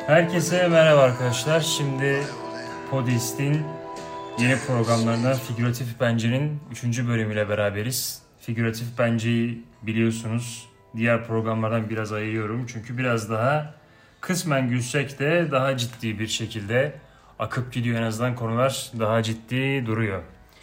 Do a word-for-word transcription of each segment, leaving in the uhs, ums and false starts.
Herkese merhaba arkadaşlar. Şimdi Podist'in yeni programlarında Figüratif Pence'nin üçüncü bölümüyle beraberiz. Figüratif Pence'yi biliyorsunuz diğer programlardan biraz ayırıyorum. Çünkü biraz daha kısmen gülsek de daha ciddi bir şekilde akıp gidiyor. En azından konular daha ciddi duruyor.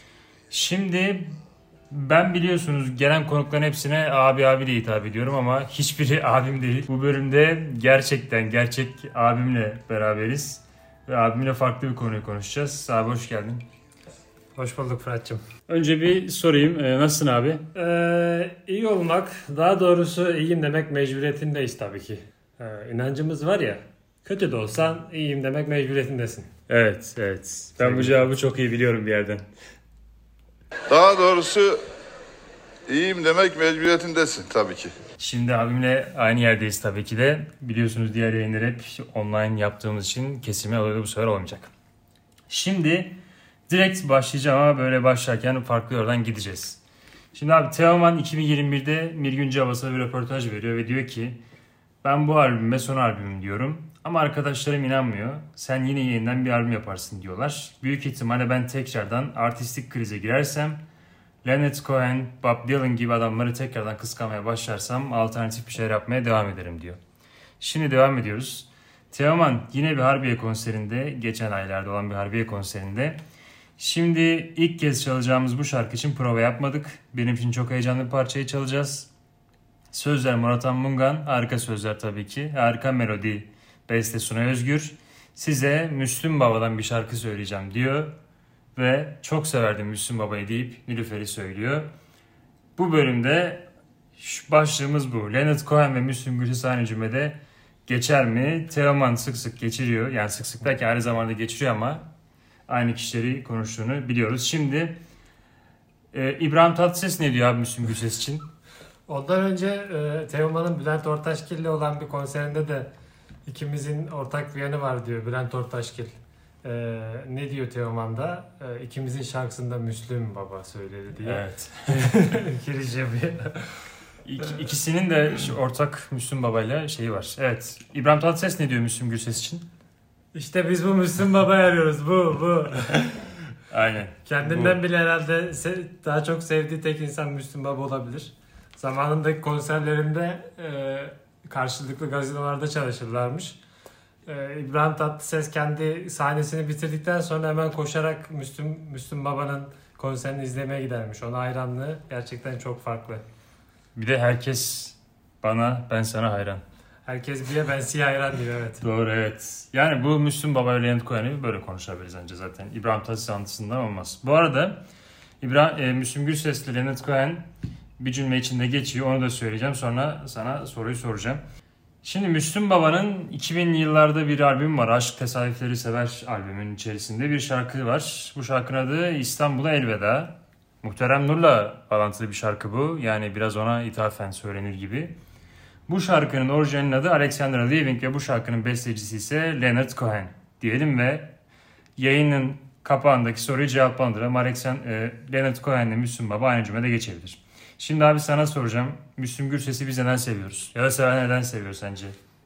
Şimdi ben biliyorsunuz gelen konukların hepsine abi abi diye hitap ediyorum ama hiçbiri abim değil. Bu bölümde gerçekten gerçek abimle beraberiz. Ve abimle farklı bir konuyu konuşacağız. Abi hoş geldin. Hoş bulduk Fırat'cığım. Önce bir sorayım. Ee, nasılsın abi? Ee, iyi olmak, daha doğrusu iyiyim demek mecburiyetindeyiz tabii ki. Ee, inancımız var ya, kötü de olsan iyiyim demek mecburiyetindesin. Evet, evet. Ben bu cevabı çok iyi biliyorum bir yerden. Daha doğrusu iyiyim demek mecburiyetindesin tabii ki. Şimdi abimle aynı yerdeyiz tabii ki de. Biliyorsunuz diğer yayınları hep online yaptığımız için kesime oluyordu, bu sefer olmayacak. Şimdi direkt başlayacağım ama böyle başlarken farklı yoldan gideceğiz. Şimdi abi Teoman iki bin yirmi birde Mirgün Cabas'a bir röportaj veriyor ve diyor ki ben bu albüme son albümüm diyorum ama arkadaşlarım inanmıyor. Sen yine yeniden bir albüm yaparsın diyorlar. Büyük ihtimalle ben tekrardan artistik krize girersem Leonard Cohen, Bob Dylan gibi adamları tekrardan kıskanmaya başlarsam alternatif bir şeyler yapmaya devam ederim diyor. Şimdi devam ediyoruz. Teoman yine bir Harbiye konserinde, geçen aylarda olan bir Harbiye konserinde. Şimdi ilk kez çalacağımız bu şarkı için prova yapmadık. Benim için çok heyecanlı bir parçayı çalacağız. Sözler Murat Anmungan, harika sözler tabii ki. Harika melodi, beste Sunay Özgür. Size Müslüm Baba'dan bir şarkı söyleyeceğim diyor. Ve çok severdim Müslüm Baba'yı deyip Nilüfer'i söylüyor. Bu bölümde başlığımız bu. Leonard Cohen ve Müslüm Gürses aynı cümlede geçer mi? Teoman sık sık geçiriyor. Yani sık sık derken aynı zamanda geçiriyor ama aynı kişileri konuştuğunu biliyoruz. Şimdi e, İbrahim Tatlıses ne diyor abi Müslüm Gürses için? Ondan önce e, Teoman'ın Bülent Ortaçgil'le olan bir konserinde de ikimizin ortak bir yanı var diyor Bülent Ortaçgil. E, ne diyor Teoman'da? E, ikimizin şarkısında Müslüm Baba söyledi diye. Evet. Giriş yapıyor. İk, ikisinin de şu ortak Müslüm Baba'yla şeyi var. Evet. İbrahim Tatlıses ne diyor Müslüm Gürses için? İşte biz bu Müslüm Baba'yı arıyoruz. Bu, bu. Aynen. Kendinden Bu. bile herhalde se- daha çok sevdiği tek insan Müslüm Baba olabilir. Zamanındaki konserlerinde e, karşılıklı gazinolarda çalışırlarmış. E, İbrahim Tatlıses kendi sahnesini bitirdikten sonra hemen koşarak Müslüm, Müslüm Baba'nın konserini izlemeye gidermiş. Ona hayranlığı gerçekten çok farklı. Bir de herkes bana, ben sana hayran. Herkes bir ben siyah hayran diyor, evet. Doğru, evet. Yani bu Müslüm Baba ile Leonard Cohen'i böyle konuşabiliriz önce zaten. İbrahim Tatlıses antısından olmaz. Bu arada İbrahim, e, Müslüm Gürses ile Leonard Cohen bir cümle içinde geçiyor. Onu da söyleyeceğim. Sonra sana soruyu soracağım. Şimdi Müslüm Baba'nın iki binli yıllarda bir albüm var. Aşk Tesadüfleri Sever albümünün içerisinde bir şarkı var. Bu şarkının adı İstanbul'a Elveda. Muhterem Nur'la bağlantılı bir şarkı bu. Yani biraz ona ithafen söylenir gibi. Bu şarkının orijinalinin adı Alexander Living ve bu şarkının bestecisi ise Leonard Cohen diyelim ve yayının kapağındaki soruyu cevaplandıralım. Alexander, e, Leonard Cohen ile Müslüm Baba aynı cümlede geçebilir. Şimdi abi sana soracağım. Müslüm Gürses'i biz neden seviyoruz? Ya da seven neden seviyor sence?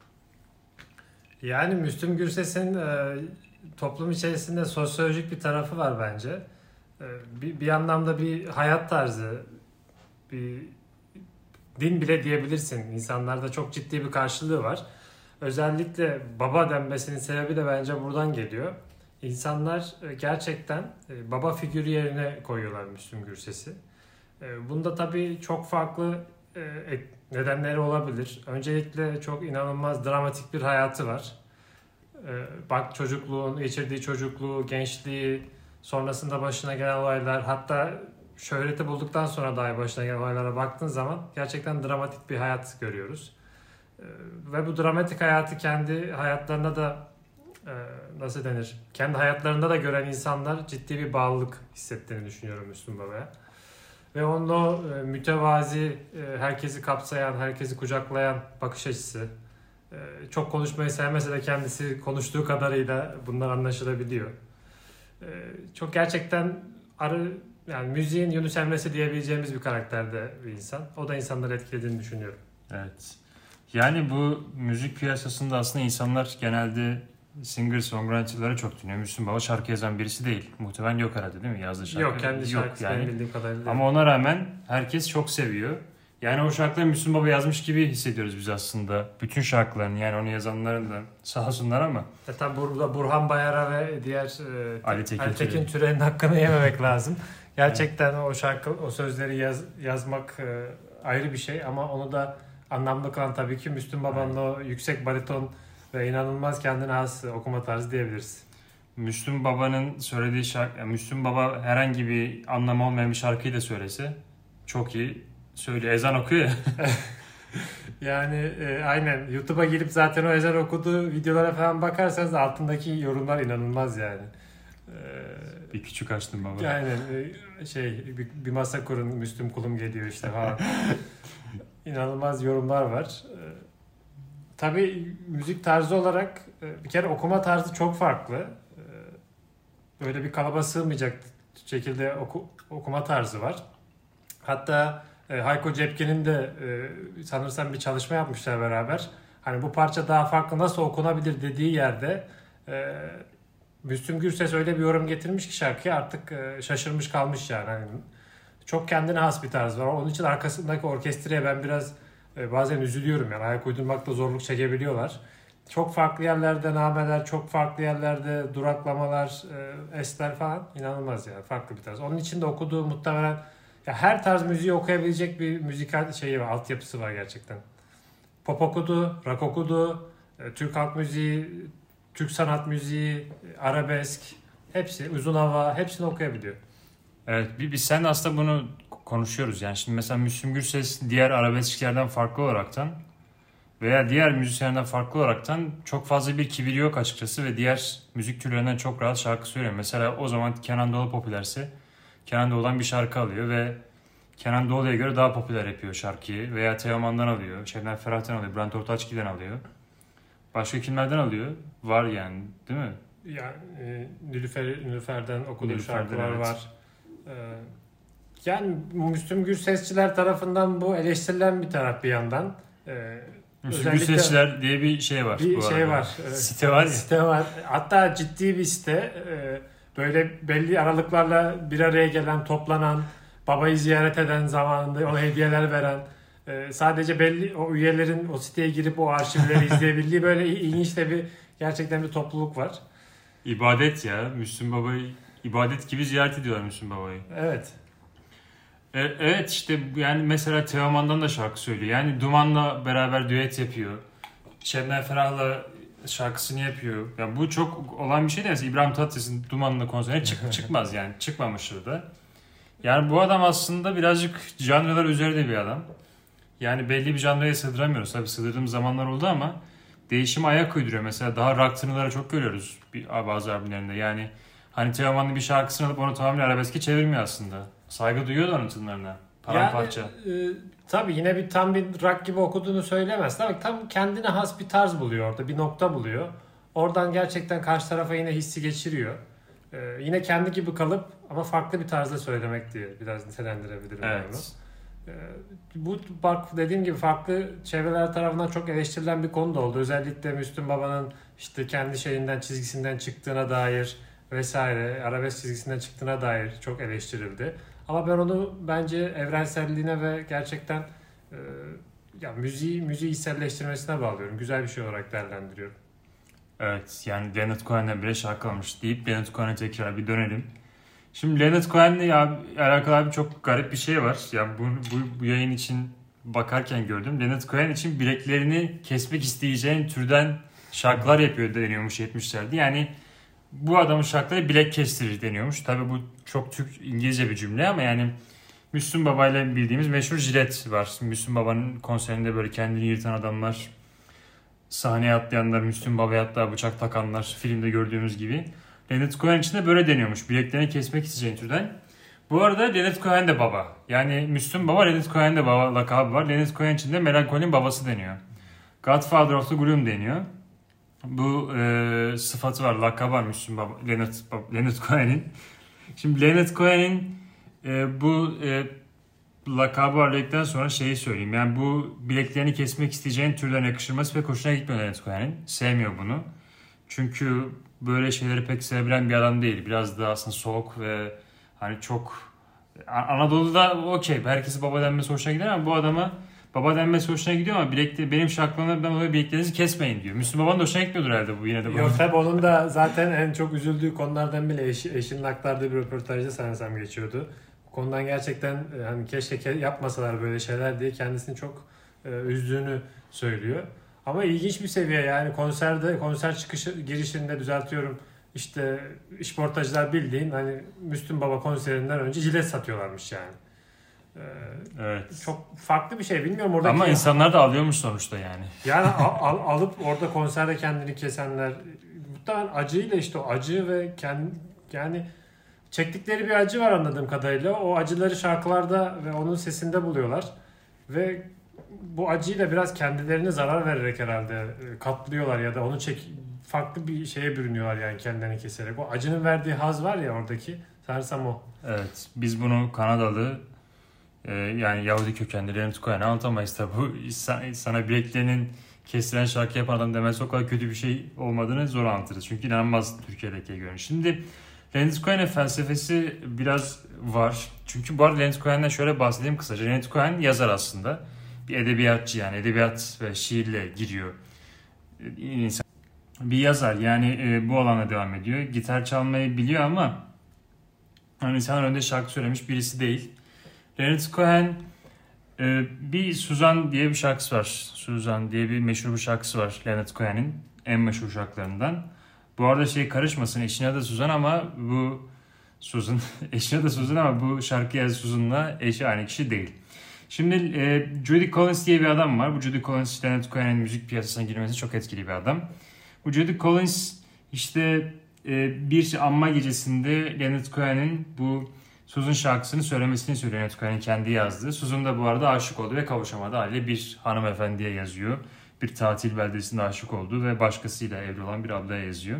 Yani Müslüm Gürses'in e, toplum içerisinde sosyolojik bir tarafı var bence. E, bir, bir anlamda bir hayat tarzı, bir din bile diyebilirsin. İnsanlarda çok ciddi bir karşılığı var. Özellikle baba denmesinin sebebi de bence buradan geliyor. İnsanlar gerçekten e, baba figürü yerine koyuyorlar Müslüm Gürses'i. E, bunda tabii çok farklı e, nedenleri olabilir. Öncelikle çok inanılmaz dramatik bir hayatı var. E, bak çocukluğun, geçirdiği çocukluğu, gençliği, sonrasında başına gelen olaylar, hatta şöhreti bulduktan sonra dahi başına gelen olaylara baktığın zaman gerçekten dramatik bir hayat görüyoruz. E, ve bu dramatik hayatı kendi hayatlarına da e, nasıl denir? Kendi hayatlarında da gören insanlar ciddi bir bağlılık hissettiğini düşünüyorum Müslüm Baba'ya. Ve onun o e, mütevazi, e, herkesi kapsayan, herkesi kucaklayan bakış açısı. E, çok konuşmayı sevmese de kendisi konuştuğu kadarıyla bunlar anlaşılabiliyor. E, çok gerçekten arı, yani müziğin Yunus Emre'si diyebileceğimiz bir karakterde bir insan. O da insanları etkilediğini düşünüyorum. Evet. Yani bu müzik piyasasında aslında insanlar genelde singer songwriter'lara çok dinliyor. Müslüm Baba şarkı yazan birisi değil. Muhtemelen yok herhalde değil mi? Yazdığı şarkı. Yok, kendi şarkısı yani. benim bildiğim kadarıyla. Ama ona rağmen herkes çok seviyor. Yani o şarkıları Müslüm Baba yazmış gibi hissediyoruz biz aslında. Bütün şarkılarını, yani onu yazanların da sağ olsunlar ama. E tabi burada Burhan Bayar'a ve diğer e, Ali Tekin, Ali Tekin Türen'in hakkını yememek lazım. Gerçekten o şarkı, o sözleri yaz, yazmak e, ayrı bir şey ama onu da anlamlı kılan tabii ki Müslüm Baba'nın o yüksek bariton ve inanılmaz kendine has okuma tarzı diyebiliriz. Müslüm Baba'nın söylediği şarkı, yani Müslüm Baba herhangi bir anlamı olmayan bir şarkıyı da söylese çok iyi söylüyor. Ezan okuyor ya. Yani e, aynen YouTube'a girip zaten o ezan okuduğu videolara falan bakarsanız altındaki yorumlar inanılmaz yani. Ee, bir küçük açtım baba. Aynen e, şey bir, bir masa kurun Müslüm kulum geliyor işte falan. İnanılmaz yorumlar var. E, tabii müzik tarzı olarak e, bir kere okuma tarzı çok farklı. E, böyle bir kalıba sığmayacak şekilde oku, okuma tarzı var. Hatta e, Hayko Cepkin'in de e, sanırsam bir çalışma yapmışlar beraber. Hani bu parça daha farklı nasıl okunabilir dediği yerde e, Müslüm Gürses öyle bir yorum getirmiş ki şarkıya artık e, şaşırmış kalmış yani. Hani çok kendine has bir tarz var. Onun için arkasındaki orkestraya ben biraz e, bazen üzülüyorum yani. Ayak uydurmakta zorluk çekebiliyorlar. Çok farklı yerlerde nameler, çok farklı yerlerde duraklamalar, e, esler falan inanılmaz yani. Farklı bir tarz. Onun için de okuduğu muhtemelen ya her tarz müziği okuyabilecek bir müzikal şeyi var, altyapısı var gerçekten. Pop okudu, rock okudu, e, Türk halk müziği, Türk sanat müziği, arabesk, hepsi, uzun hava, hepsini okuyabiliyor. Evet, biz sen aslında bunu konuşuyoruz yani. Şimdi mesela Müslüm Gürses diğer arabesklerden farklı olaraktan veya diğer müzisyenlerden farklı olaraktan çok fazla bir kibir yok açıkçası ve diğer müzik türlerinden çok rahat şarkı söylüyor. Mesela o zaman Kenan Doğulu popülerse Kenan Doğulu'dan bir şarkı alıyor ve Kenan Doğulu'ya göre daha popüler yapıyor şarkıyı veya Teoman'dan alıyor, Şebnem Ferah'tan alıyor, Bülent Ortaçgil'den alıyor. Başka kimlerden alıyor? Var yani, değil mi? Yani e, Nilüfer, Nilüfer'den okuduğu Nilüfer'den, şarkılar evet. var. Ee, yani Müslüm Gürsesçiler tarafından bu eleştirilen bir taraf bir yandan. Ee, Müslüm Gürsesçiler diye bir şey var. Bir bu şey arada. var. Site var ya. Site var. Hatta ciddi bir site. Ee, böyle belli aralıklarla bir araya gelen, toplanan, babayı ziyaret eden, zamanında ona hediyeler veren, e, sadece belli o üyelerin o siteye girip o arşivleri izleyebildiği böyle ilginç de bir gerçekten bir topluluk var. İbadet ya. Müslüm Baba'yı ibadet gibi ziyaret ediyorlar Müslüm Baba'yı. Evet. E, evet işte yani mesela Teoman'dan da şarkı söylüyor. Yani Duman'la beraber düet yapıyor. Şebnem Ferah'la şarkısını yapıyor. Yani bu çok olan bir şey değil. İbrahim Tatlıses'in Duman'la konserine çık çıkmaz yani. Çıkmamıştır da. Yani bu adam aslında birazcık janralar üzerinde bir adam. Yani belli bir janraya sığdıramıyoruz. Tabii sığdırdığımız zamanlar oldu ama değişime ayak uyduruyor. Mesela daha rock tınıları çok görüyoruz bazı albümlerinde. Yani hani Teoman'ın bir şarkısını alıp onu tamamen arabeske çevirmiyor aslında. Saygı duyuyor da onun tınılarına. Paramparça. Yani e, tabii yine bir tam bir rock gibi okuduğunu söylemez. Tabii tam kendine has bir tarz buluyor orada. Bir nokta buluyor. Oradan gerçekten karşı tarafa yine hissi geçiriyor. E, yine kendi gibi kalıp ama farklı bir tarzda söylemek diye biraz nitelendirebilirim. Evet. Onu. E, bu bak dediğim gibi farklı çevreler tarafından çok eleştirilen bir konu da oldu. Özellikle Müslüm Baba'nın işte kendi şeyinden çizgisinden çıktığına dair vesaire arabesk çizgisinden çıktığına dair çok eleştirildi. Ama ben onu bence evrenselliğine ve gerçekten e, ya müziği müziği içselleştirmesine bağlıyorum. Güzel bir şey olarak değerlendiriyorum. Evet yani Leonard Cohen'den bile şarkı almış deyip Leonard Cohen'e tekrar bir dönelim. Şimdi Leonard Cohen'le ya alakalı abi çok garip bir şey var. Ya bu, bu, bu yayın için bakarken gördüm. Leonard Cohen için bileklerini kesmek isteyeceğin türden şarkılar yapıyor deniyormuş yetmişlerde. Yani bu adamın şarkıları bilek kestirir deniyormuş. Tabii bu çok Türk İngilizce bir cümle ama yani Müslüm Baba ile bildiğimiz meşhur jilet var. Müslüm Baba'nın konserinde böyle kendini yırtan adamlar, sahneye atlayanlar, Müslüm Baba'ya hatta bıçak takanlar filmde gördüğümüz gibi. Leonard Cohen için de böyle deniyormuş. Bileklerini kesmek isteyeceğin türden. Bu arada Leonard Cohen de baba. Yani Müslüm Baba, Leonard Cohen de baba lakabı var. Leonard Cohen için de Melancholy'nin babası deniyor. Godfather of the Gloom deniyor. Bu e, sıfatı var, lakabı var Müslüm Baba, Leonard, Leonard Cohen'in. Şimdi Leonard Cohen'in e, bu e, lakabı verdikten sonra şeyi söyleyeyim. Yani bu bileklerini kesmek isteyeceğin türden yakıştırması pek hoşuna gitmiyor Leonard Cohen'in. Sevmiyor bunu. Çünkü böyle şeyleri pek sevebilen bir adam değil. Biraz da aslında soğuk ve hani çok... Anadolu'da okey. Herkesi baba denmesi hoşuna gider ama bu adama baba denmesi hoşuna gidiyor ama bilekli, benim şarkılarımdan dolayı bileklerinizi kesmeyin diyor. Müslüm Baba'nın da hoşuna gitmiyordur herhalde bu yine de. Yok tabi onun da zaten en çok üzüldüğü konulardan bile eş, eşinin aktardığı bir röportajda sanırsam geçiyordu. Bu konudan gerçekten hani keşke yapmasalar böyle şeyler diye kendisini çok e, üzdüğünü söylüyor. Ama ilginç bir seviye yani konserde konser çıkışı girişinde düzeltiyorum işte işportacılar bildiğin hani Müslüm Baba konserinden önce jilet satıyorlarmış yani. Ee, evet. Çok farklı bir şey bilmiyorum oradaki. Ama insanlar da alıyormuş sonuçta yani. Yani al, al, alıp orada konserde kendini kesenler muhtemelen acıyla işte o acı ve kendi yani çektikleri bir acı var anladığım kadarıyla. O acıları şarkılarda ve onun sesinde buluyorlar. Ve bu acıyı da biraz kendilerine zarar vererek herhalde katlıyorlar ya da onu çek farklı bir şeye bürünüyorlar yani kendilerini keserek. O acının verdiği haz var ya oradaki sanırsam o. Evet. Biz bunu Kanadalı e, yani Yahudi kökenli Leonard Cohen'e anlatamayız tabi. Bu sana bileklerinin kesilen şarkı yapan adam demesi o kadar kötü bir şey olmadığını zor anlatırız. Çünkü inanılmaz Türkiye'deki görünüş. Şimdi Leonard Cohen'in felsefesi biraz var. Çünkü bu arada Leonard Cohen'den şöyle bahsedeyim kısaca. Leonard Cohen yazar aslında. Bir edebiyatçı yani edebiyat ve şiirle giriyor. İnsan bir yazar yani e, bu alana devam ediyor. Gitar çalmayı biliyor ama hani insanlar önünde şarkı söylemiş birisi değil. Leonard Cohen e, bir Suzan diye bir şarkısı var. Suzan diye bir meşhur bir şarkısı var Leonard Cohen'in en meşhur şarkılarından. Bu arada şey karışmasın eşine de Suzan ama bu Susan eşine de Suzan ama bu şarkı yazı Suzan'la eşi aynı kişi değil. Şimdi e, Judy Collins diye bir adam var. Bu Judy Collins Leonard Cohen'in müzik piyasasına girmesi çok etkili bir adam. Bu Judy Collins işte e, bir anma gecesinde Leonard Cohen'in bu Susan şarkısını söylemesini söylüyor. Leonard Cohen'in kendi yazdığı. Susan da bu arada aşık oldu ve kavuşamadı. Haliyle bir hanımefendiye yazıyor. Bir tatil beldesinde aşık oldu ve başkasıyla evli olan bir ablaya yazıyor.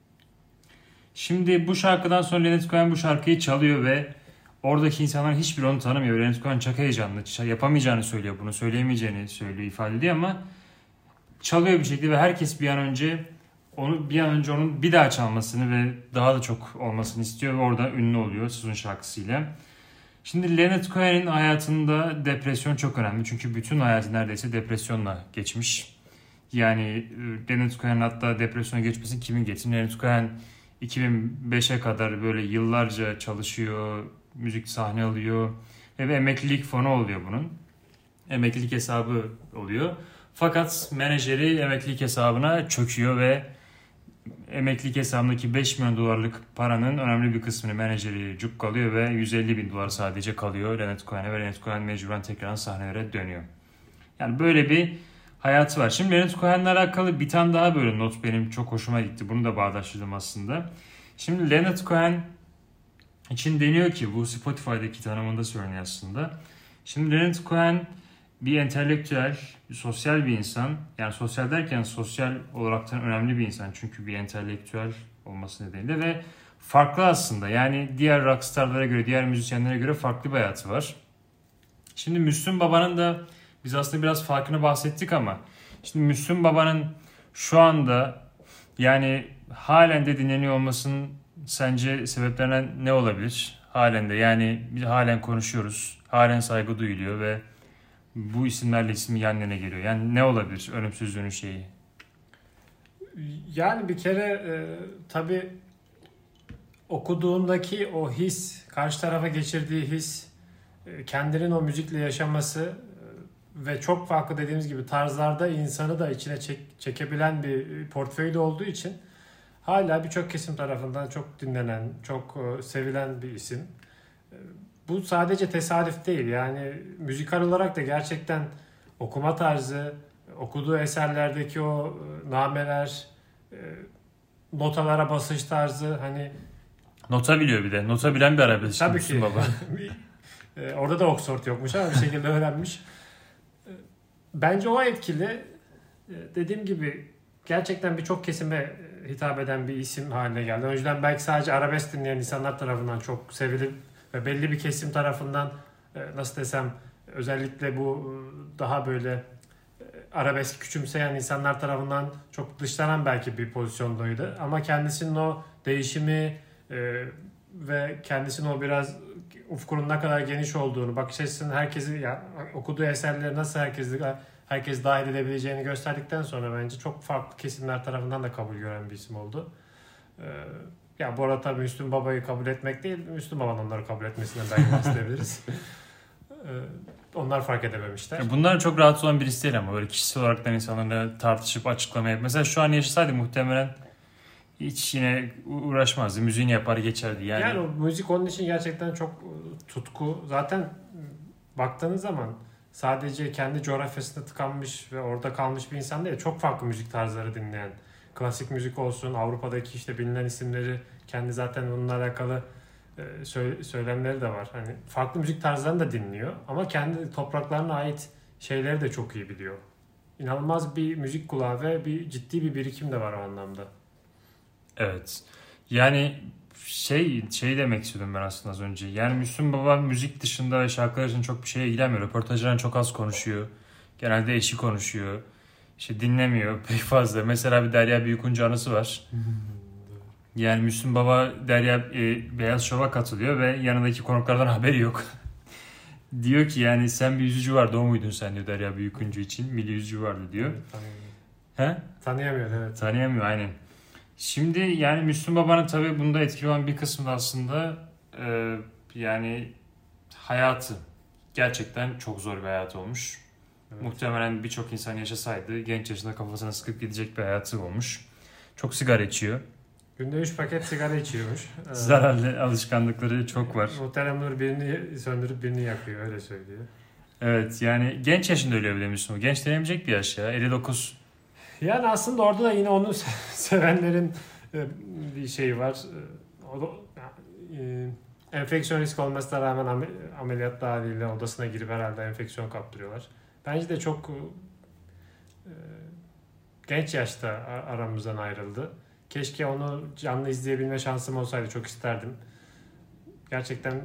Şimdi bu şarkıdan sonra Leonard Cohen bu şarkıyı çalıyor ve oradaki insanlar hiçbir onu tanımıyor. Leonard Cohen çok heyecanlı. Yapamayacağını söylüyor bunu. Söyleyemeyeceğini söylüyor, ifade ediyor ama çalıyor bir şekilde ve herkes bir an önce onu bir an önce onun bir daha çalmasını ve daha da çok olmasını istiyor ve orada ünlü oluyor Susan şarkısıyla. Şimdi Leonard Cohen'in hayatında depresyon çok önemli. Çünkü bütün hayatı neredeyse depresyonla geçmiş. Yani Leonard Cohen'in hatta depresyona geçmesini kimin geçsin? Leonard Cohen iki bin beşe kadar böyle yıllarca çalışıyor, müzik sahne alıyor ve bir emeklilik fonu oluyor bunun. Emeklilik hesabı oluyor. Fakat menajeri emeklilik hesabına çöküyor ve emeklilik hesabındaki beş milyon dolarlık paranın önemli bir kısmını menajeri cukkalıyor ve yüz elli bin dolar sadece kalıyor Leonard Cohen'e ve Leonard Cohen mecburen tekrar sahnelere dönüyor. Yani böyle bir hayatı var. Şimdi Leonard Cohen'le alakalı bir tane daha böyle not benim çok hoşuma gitti. Bunu da bağdaştırdım aslında. Şimdi Leonard Cohen için deniyor ki bu Spotify'daki tanımında söyleniyor aslında. Şimdi Leonard Cohen bir entelektüel, bir sosyal bir insan. Yani sosyal derken sosyal olaraktan önemli bir insan. Çünkü bir entelektüel olması nedeniyle ve farklı aslında. Yani diğer rockstarlara göre, diğer müzisyenlere göre farklı bir hayatı var. Şimdi Müslüm Baba'nın da biz aslında biraz farkını bahsettik ama şimdi Müslüm Baba'nın şu anda yani halen de dinleniyor olmasının sence sebeplerinden ne olabilir? Halen de yani biz halen konuşuyoruz. Halen saygı duyuluyor ve bu isimlerle ismi yan yana geliyor. Yani ne olabilir ölümsüzlüğünün şeyi? Yani bir kere e, tabii okuduğundaki o his, karşı tarafa geçirdiği his, e, kendinin o müzikle yaşaması e, ve çok farklı dediğimiz gibi tarzlarda insanı da içine çek, çekebilen bir portföy olduğu için hala birçok kesim tarafından çok dinlenen, çok e, sevilen bir isim. E, Bu sadece tesadüf değil. Yani müzikal olarak da gerçekten okuma tarzı, okuduğu eserlerdeki o nameler, notalara basış tarzı hani nota biliyor bir de. Nota bilen bir arabesk. Tabii ki. Baba. Orada da Oxford yokmuş ama bir şekilde öğrenmiş. Bence o etkili. Dediğim gibi gerçekten birçok kesime hitap eden bir isim haline geldi. Önceden belki sadece arabesk dinleyen insanlar tarafından çok sevilip ve belli bir kesim tarafından nasıl desem, özellikle bu daha böyle arabesk küçümseyen insanlar tarafından çok dışlanan belki bir pozisyondaydı. Ama kendisinin o değişimi e, ve kendisinin o biraz ufkunun ne kadar geniş olduğunu, bakış açısının herkesi, yani okuduğu eserleri nasıl herkesi herkes dahil edebileceğini gösterdikten sonra bence çok farklı kesimler tarafından da kabul gören bir isim oldu. E, ya bu arada tabii Müslüm Baba'yı kabul etmek değil, Müslüm Baba'nın onları kabul etmesinden belki bahsedebiliriz. e, Onlar fark edememişler. Ya bunlar çok rahatsız olan birisi değil ama böyle kişisel olarak da insanlarla tartışıp açıklamaya. Mesela şu an yaşasaydı muhtemelen hiç yine uğraşmazdı. Müziğini yapar geçerdi. Yani, yani o müzik onun için gerçekten çok tutku. Zaten baktığınız zaman sadece kendi coğrafyasında tıkanmış ve orada kalmış bir insan değil. Çok farklı müzik tarzları dinleyen. Klasik müzik olsun, Avrupa'daki işte bilinen isimleri, kendi zaten bununla alakalı söylemleri de var. Hani farklı müzik tarzlarını da dinliyor ama kendi topraklarına ait şeyleri de çok iyi biliyor. İnanılmaz bir müzik kulağı ve bir ciddi bir birikim de var o anlamda. Evet. Yani şey şey demek istedim ben aslında az önce. Yani Müslüm Baba müzik dışında ve şarkılar için çok bir şeye ilgilenmiyor. Röportajlardan çok az konuşuyor. Genelde eşi konuşuyor. İşte dinlemiyor pek fazla. Mesela bir Derya Büyükuncu anısı var. Yani Müslüm Baba Derya e, Beyaz Şov'a katılıyor ve yanındaki konuklardan haberi yok. Diyor ki yani sen bir yüzücü vardı, o muydun sen diyor Derya Büyükuncu için. Milli yüzücü vardı diyor. Tanıyamıyor. He? Tanıyamıyor evet. Tanıyamıyor aynen. Şimdi yani Müslüm Baba'nın tabii bunda etkili olan bir kısmı da aslında e, yani hayatı. Gerçekten çok zor bir hayat olmuş. Evet. Muhtemelen birçok insan yaşasaydı genç yaşında kafasına sıkıp gidecek bir hayatı olmuş. Çok sigara içiyor. Günde üç paket sigara içiyormuş. Zararlı alışkanlıkları çok var. Muhterem Nur birini söndürüp birini yakıyor, öyle söylüyor. Evet yani genç yaşında ölüyor bile Müslüm. Genç denemeyecek bir yaş ya, elli dokuz. Yani aslında orada da yine onu sevenlerin bir şeyi var. O da, yani, enfeksiyon riski olmasına rağmen ameliyat haliyle odasına girip herhalde enfeksiyon kaptırıyorlar. Bence de çok e, genç yaşta aramızdan ayrıldı. Keşke onu canlı izleyebilme şansım olsaydı, çok isterdim. Gerçekten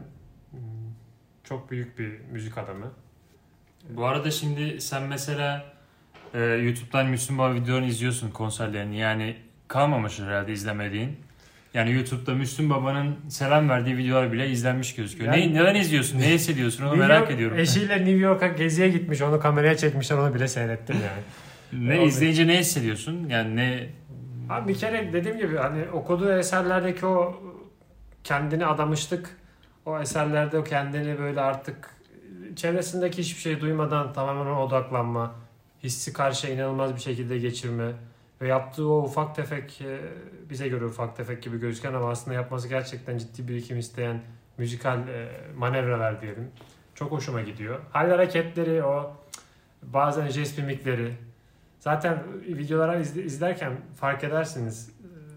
çok büyük bir müzik adamı. Bu arada şimdi sen mesela e, YouTube'dan Müslüm Baba videolarını izliyorsun, konserlerini. Yani kalmamış herhalde izlemediğin. Yani YouTube'da Müslüm Baba'nın selam verdiği videolar bile izlenmiş gözüküyor. Yani, ne, neden izliyorsun? Ne hissediyorsun? Onu merak York, ediyorum. Eşiyle New York'a geziye gitmiş. Onu kameraya çekmişler. Onu bile seyrettim yani. Ne izleyince ne hissediyorsun? Yani ne... Abi bir kere dediğim gibi hani okuduğu eserlerdeki o kendini adamışlık, o eserlerde o kendini böyle artık çevresindeki hiçbir şey duymadan tamamen ona odaklanma, hissi karşıya inanılmaz bir şekilde geçirme ve yaptığı o ufak tefek, bize göre ufak tefek gibi gözüken ama aslında yapması gerçekten ciddi birikim isteyen müzikal manevralar diyelim. Çok hoşuma gidiyor. Hal hareketleri, o bazen jest mimikleri. Zaten videoları izlerken fark edersiniz.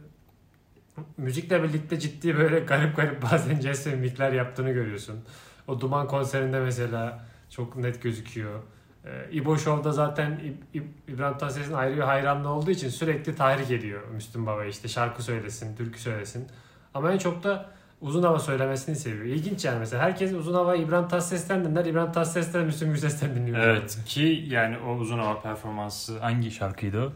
Müzikle birlikte ciddi böyle garip garip bazen jest ve mimikler yaptığını görüyorsun. O Duman konserinde mesela çok net gözüküyor. İbo Show'da zaten İbrahim Tatlıses'in ayrı bir hayranlığı olduğu için sürekli tahrik ediyor Müslüm Baba, işte şarkı söylesin, türkü söylesin. Ama en çok da uzun hava söylemesini seviyor. İlginç yani, mesela herkes uzun hava İbrahim Tatlıses'ten dinler, İbrahim Tatlıses'ten Müslüm Gürses'ten dinliyor. Evet ki yani o uzun hava performansı hangi şarkıydı o?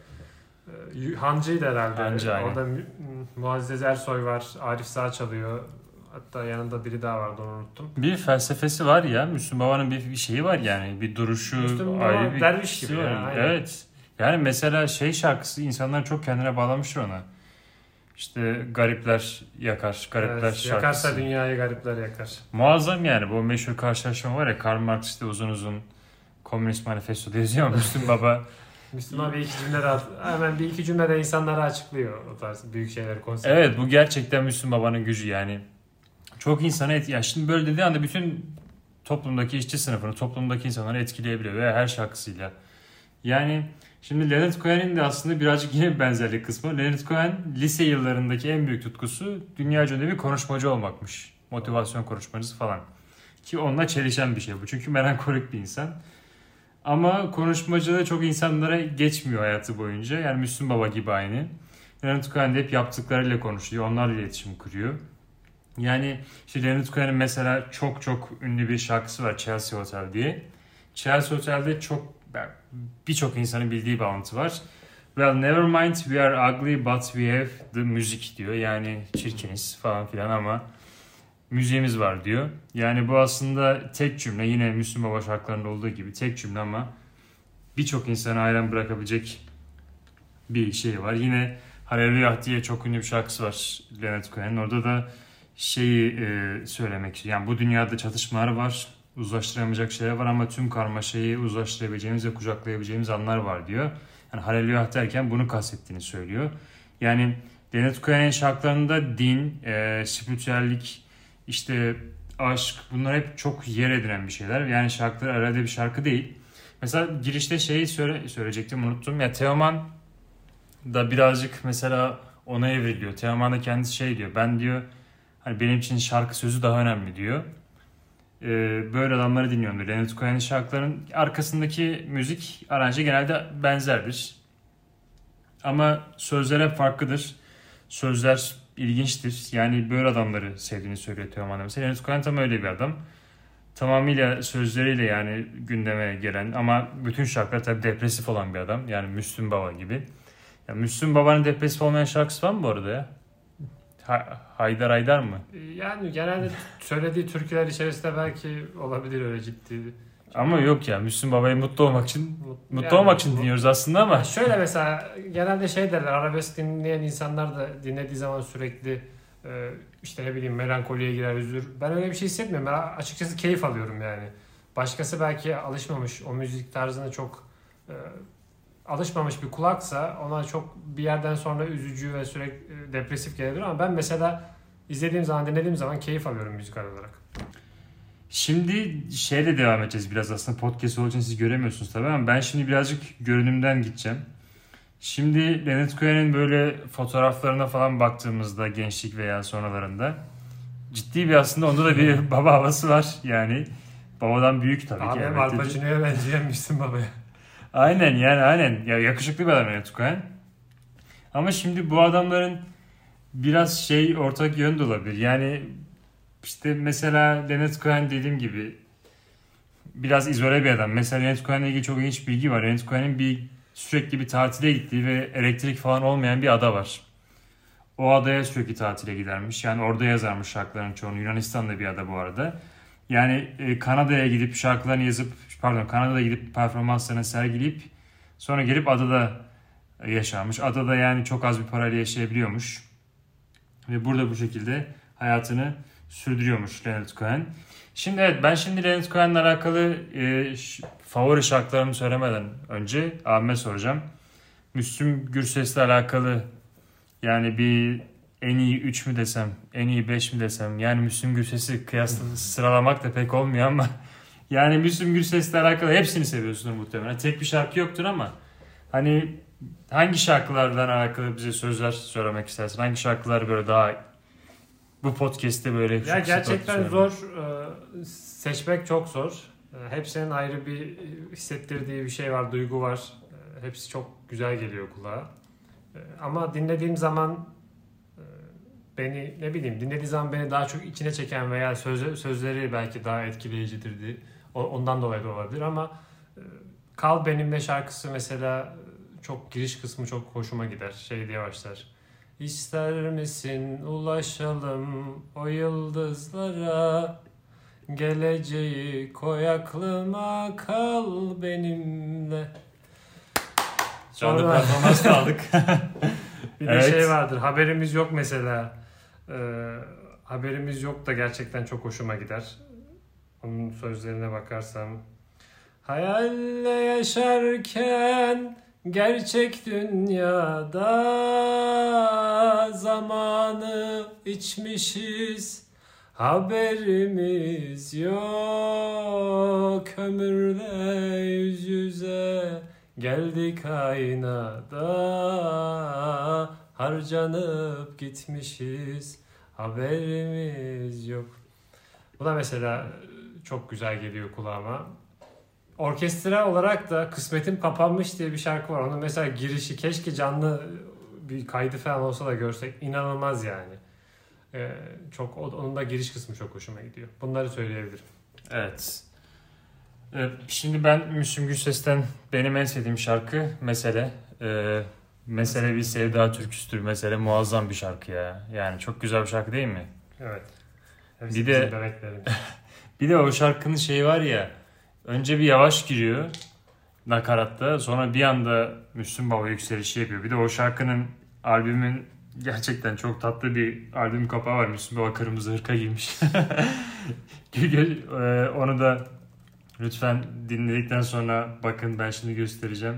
Hancı'ydı herhalde. Hancı, orada Muazzez Ersoy var, Arif Sağ çalıyor. Hatta yanında biri daha vardı, onu unuttum. Bir felsefesi var ya, Müslüm Baba'nın bir şeyi var yani, bir duruşu, Müslüm ayrı Baba bir derviş gibi. var. Ya, evet. Yani mesela şey şarkısı, insanlar çok kendine bağlamıştır ona. İşte garipler yakar, garipler evet, şarkısı. Yakarsa dünyayı garipler yakar. Muazzam yani, bu meşhur karşılaşma var ya, Karl Marx işte uzun uzun Komünist Manifesto'da yazıyor ama Müslüm Baba Müslüm Baba bir iki cümlede hemen bir iki cümlede insanlara açıklıyor o tarz büyük şeyler, konsept. Evet, bu gerçekten Müslüm Baba'nın gücü yani. Çok insana et, yani şimdi böyle dediği anda bütün toplumdaki işçi sınıfını, toplumdaki insanları etkileyebiliyor ve her şarkısıyla. Yani şimdi Leonard Cohen'in de aslında birazcık yine bir benzerlik kısmı. Leonard Cohen lise yıllarındaki en büyük tutkusu dünyaca ünlü bir konuşmacı olmakmış. Motivasyon konuşmacısı falan. Ki onunla çelişen bir şey bu. Çünkü melankolik bir insan. Ama konuşmacılığı çok insanlara geçmiyor hayatı boyunca. Yani Müslüm Baba gibi aynı. Leonard Cohen de hep yaptıklarıyla konuşuyor. Onlarla iletişim kuruyor. Yani işte Leonard Cohen'in mesela çok çok ünlü bir şarkısı var, Chelsea Hotel diye. Chelsea Hotel'de çok birçok insanın bildiği bir anlatı var. Well, never mind, we are ugly but we have the music diyor. Yani çirkiniz falan filan ama müziğimiz var diyor. Yani bu aslında tek cümle, yine Müslüm Baba şarkılarında olduğu gibi tek cümle ama birçok insanı hayran bırakabilecek bir şey var. Yine Hallelujah diye çok ünlü bir şarkısı var Leonard Cohen'in. Orada da şeyi e, söylemek için, yani bu dünyada çatışmalar var, uzlaştıramayacak şeyler var ama tüm karmaşayı uzlaştırabileceğimiz ve kucaklayabileceğimiz anlar var diyor. Yani Hallelujah derken bunu kastettiğini söylüyor. Yani Leonard Cohen'in şarkılarında din, e, spiritüellik, işte aşk, bunlar hep çok yer edinen bir şeyler. Yani şarkılar arada bir şarkı değil. Mesela girişte şeyi söyle, söyleyecektim, unuttum. Ya Teoman da birazcık mesela ona evriliyor. Teoman da kendisi şey diyor. Ben diyor, hani benim için şarkı sözü daha önemli diyor. Ee, böyle adamları dinliyorum diyor. Leonard Cohen'in şarkılarının arkasındaki müzik aranje genelde benzerdir. Ama sözler hep farklıdır. Sözler ilginçtir. Yani böyle adamları sevdiğini söylüyor Teoman. Mesela Leonard Cohen tam öyle bir adam. Tamamıyla sözleriyle yani gündeme gelen ama bütün şarkılar tabii depresif olan bir adam. Yani Müslüm Baba gibi. Ya Müslüm Baba'nın depresif olmayan şarkısı var mı bu arada ya? Ha, Haydar Haydar mı? Yani genelde söylediği türküler içerisinde belki olabilir öyle ciddi. Ama yok ya, Müslüm Baba'yı mutlu olmak için mutlu yani, olmak için dinliyoruz aslında ama. Yani şöyle mesela genelde şey derler, arabesk dinleyen insanlar da dinlediği zaman sürekli e, işte ne bileyim melankoliye girer, üzülür. Ben öyle bir şey hissetmiyorum. Ben açıkçası keyif alıyorum yani. Başkası belki alışmamış, o müzik tarzına çok e, alışmamış bir kulaksa ona çok bir yerden sonra üzücü ve sürekli depresif gelebilir ama ben mesela izlediğim zaman, dinlediğim zaman keyif alıyorum müzikal olarak. Şimdi şeyle devam edeceğiz biraz, aslında podcast olduğu için siz göremiyorsunuz tabii ama ben şimdi birazcık görünümden gideceğim. Şimdi Leonard Cohen'in böyle fotoğraflarına falan baktığımızda gençlik veya sonralarında ciddi bir, aslında onda da bir baba havası var yani. Babadan büyük tabii abi ki. Abi Al Pacino'ya benzeyenmişsin babaya. Aynen yani aynen. Ya yakışıklı bir adam Leonard Cohen. Ama şimdi bu adamların biraz şey ortak yön de olabilir. Yani işte mesela Leonard Cohen dediğim gibi biraz izole bir adam. Mesela Leonard Cohen'le ilgili çok ilginç bilgi var. Leonard Cohen'in bir sürekli bir tatile gittiği ve elektrik falan olmayan bir ada var. O adaya sürekli tatile gidermiş. Yani orada yazarmış şarkıların çoğunu. Yunanistan'da bir ada bu arada. Yani e, Kanada'ya gidip şarkılarını yazıp, pardon Kanada'ya gidip performanslarını sergileyip sonra gelip adada yaşarmış. Adada yani çok az bir parayla yaşayabiliyormuş. Ve burada bu şekilde hayatını sürdürüyormuş Leonard Cohen. Şimdi evet, ben şimdi Leonard Cohen'le alakalı e, ş- favori şarkılarımı söylemeden önce abime soracağım. Müslüm Gürses'le alakalı yani bir en iyi üç mü desem, en iyi beş mi desem, yani Müslüm Gürses'i kıyasla sıralamak da pek olmuyor ama yani Müslüm Gürses'le alakalı hepsini seviyorsunuz muhtemelen. Tek bir şarkı yoktur ama hani hangi şarkılardan alakalı bize sözler söylemek istersin? Hangi şarkılar böyle daha bu podcast'te böyle ya gerçekten zor, seçmek çok zor. Hepsinin ayrı bir hissettirdiği bir şey var, duygu var. Hepsi çok güzel geliyor kulağa. Ama dinlediğim zaman beni ne bileyim dinlediği zaman beni daha çok içine çeken veya söz, sözleri belki daha etkileyicidir diye. Ondan dolayı da olabilir ama Kal Benimle şarkısı mesela çok giriş kısmı çok hoşuma gider. Şey diye başlar. İster misin ulaşalım o yıldızlara, geleceği koy aklıma, kal benimle. Şu anda performans da aldık. Bir de evet. Şey vardır, haberimiz yok mesela. Ee, haberimiz yok da gerçekten çok hoşuma gider. Onun sözlerine bakarsam. Hayalle yaşarken gerçek dünyada zamanı içmişiz, haberimiz yok, ömürle yüz yüze geldik aynada, harcanıp gitmişiz, haberimiz yok. Bu da mesela çok güzel geliyor kulağıma. Orkestra olarak da Kısmetim Kapanmış diye bir şarkı var. Onun mesela girişi, keşke canlı bir kaydı falan olsa da görsek, inanılmaz yani. Ee, çok onun da giriş kısmı çok hoşuma gidiyor. Bunları söyleyebilirim. Evet. Ee, Şimdi ben Müslüm Gürses'ten benim en sevdiğim şarkı Mesele. Ee, Mesele bir sevda türküsüdür. Mesele muazzam bir şarkı ya. Yani çok güzel bir şarkı değil mi? Evet. Bir de bir de o şarkının şeyi var ya. Önce bir yavaş giriyor nakaratta. Sonra bir anda Müslüm Baba yükselişi yapıyor. Bir de o şarkının albümün gerçekten çok tatlı bir albüm kapağı var. Müslüm Baba kırmızı hırka giymiş. Onu da lütfen dinledikten sonra bakın, ben şimdi göstereceğim.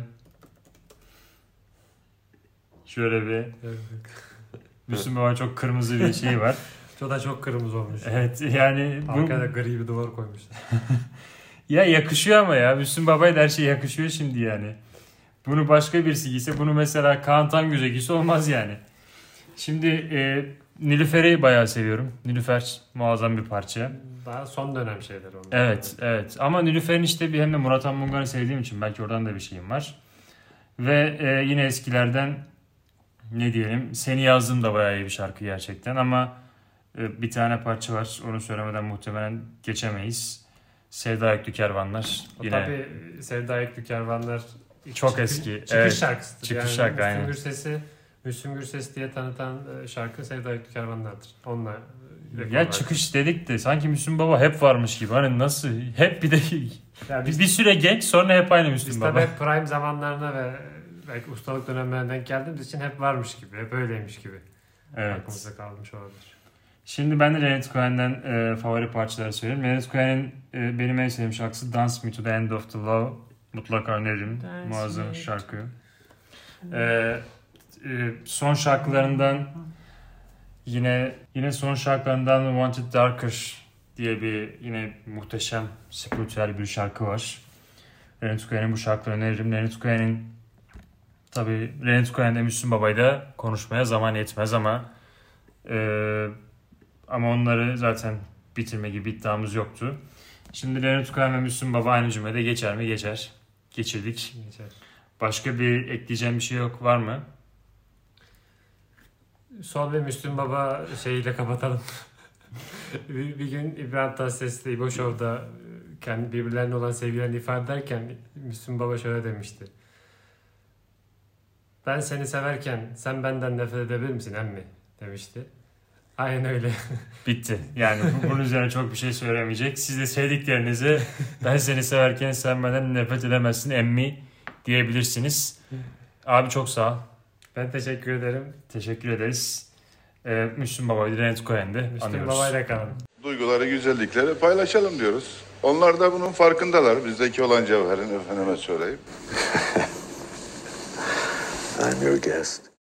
Şöyle bir Müslüm Baba çok kırmızı bir şey var. O da çok kırmızı olmuş. Evet yani bu... Arkada gri bir duvar koymuşlar. Ya yakışıyor ama ya. Müslüm Baba'ya da her şey yakışıyor şimdi yani. Bunu başka birisi giyse, bunu mesela Kaan Tangöze giyse olmaz yani. Şimdi e, Nilüfer'i bayağı seviyorum. Nilüfer muazzam bir parça. Daha son dönem şeyler onlar. Evet, evet. Ama Nilüfer'in işte bir, hem de Murat Anmungan'ı sevdiğim için belki oradan da bir şeyim var. Ve e, yine eskilerden ne diyelim, Seni Yazdım da bayağı iyi bir şarkı gerçekten ama e, bir tane parça var. Onu söylemeden muhtemelen geçemeyiz. Sevda Yüklü Kervanlar. O Yine tabii Sevda Yüklü Kervanlar çok çıkış, eski. Çıkış Evet, şarkısıdır. çıkış yani şarkı, Müslüm aynen. Gürses'i Müslüm Gürses diye tanıtan şarkı Sevda Yüklü Kervanlar'dır. Onunla Ya çıkış dedik de sanki Müslüm Baba hep varmış gibi. Hani nasıl? Hep bir de yani biz, bir süre genç, sonra hep aynı biz Müslüm tabii Baba. hep prime zamanlarına ve belki ustalık dönemlerine denk geldiğimiz için hep varmış gibi, hep öyleymiş gibi. Evet. Aklımızda kalmış olabilir. Şimdi ben de Leonard Cohen'den e, favori parçaları söyleyeyim. Leonard Cohen'in e, benim en sevdiğim şarkısı Dance Me to the End of the Love. Mutlaka öneririm. Dance Muazzam me şarkı. E, e, son şarkılarından yine yine son şarkılarından Wanted Darker diye bir yine muhteşem spiritüel bir şarkı var. Leonard Cohen'in bu şarkıları öneririm. Leonard Cohen'in tabii Leonard Cohen'de Müslüm Baba'yı da konuşmaya zaman yetmez ama e, ama onları zaten bitirme gibi iddiamız yoktu. Şimdi Leonard Cohen ve Müslüm Baba aynı cümlede geçer mi? Geçer. Geçirdik. Geçer. Başka bir ekleyeceğim bir şey yok, var mı? Son ve Müslüm Baba şeyiyle kapatalım. bir, bir gün İbrahim Tatlıses'le İbo Show'da kendi birbirlerine olan sevgilerini ifade ederken Müslüm Baba şöyle demişti. Ben seni severken sen benden nefret edebilir misin emmi? Demişti. Aynen öyle. Bitti. Yani bunun üzerine çok bir şey söylemeyecek. Siz de sevdiklerinize ben seni severken sen benden nefret edemezsin emmi diyebilirsiniz. Abi çok sağ ol. Ben teşekkür ederim. Teşekkür ederiz. Ee, Müslüm Baba ile Leonard Cohen'de Müslüm anıyoruz. Baba'yla kalın. Duyguları, güzellikleri paylaşalım diyoruz. Onlar da bunun farkındalar. Bizdeki olan cevherin efendime söyleyeyim. I'm your guest.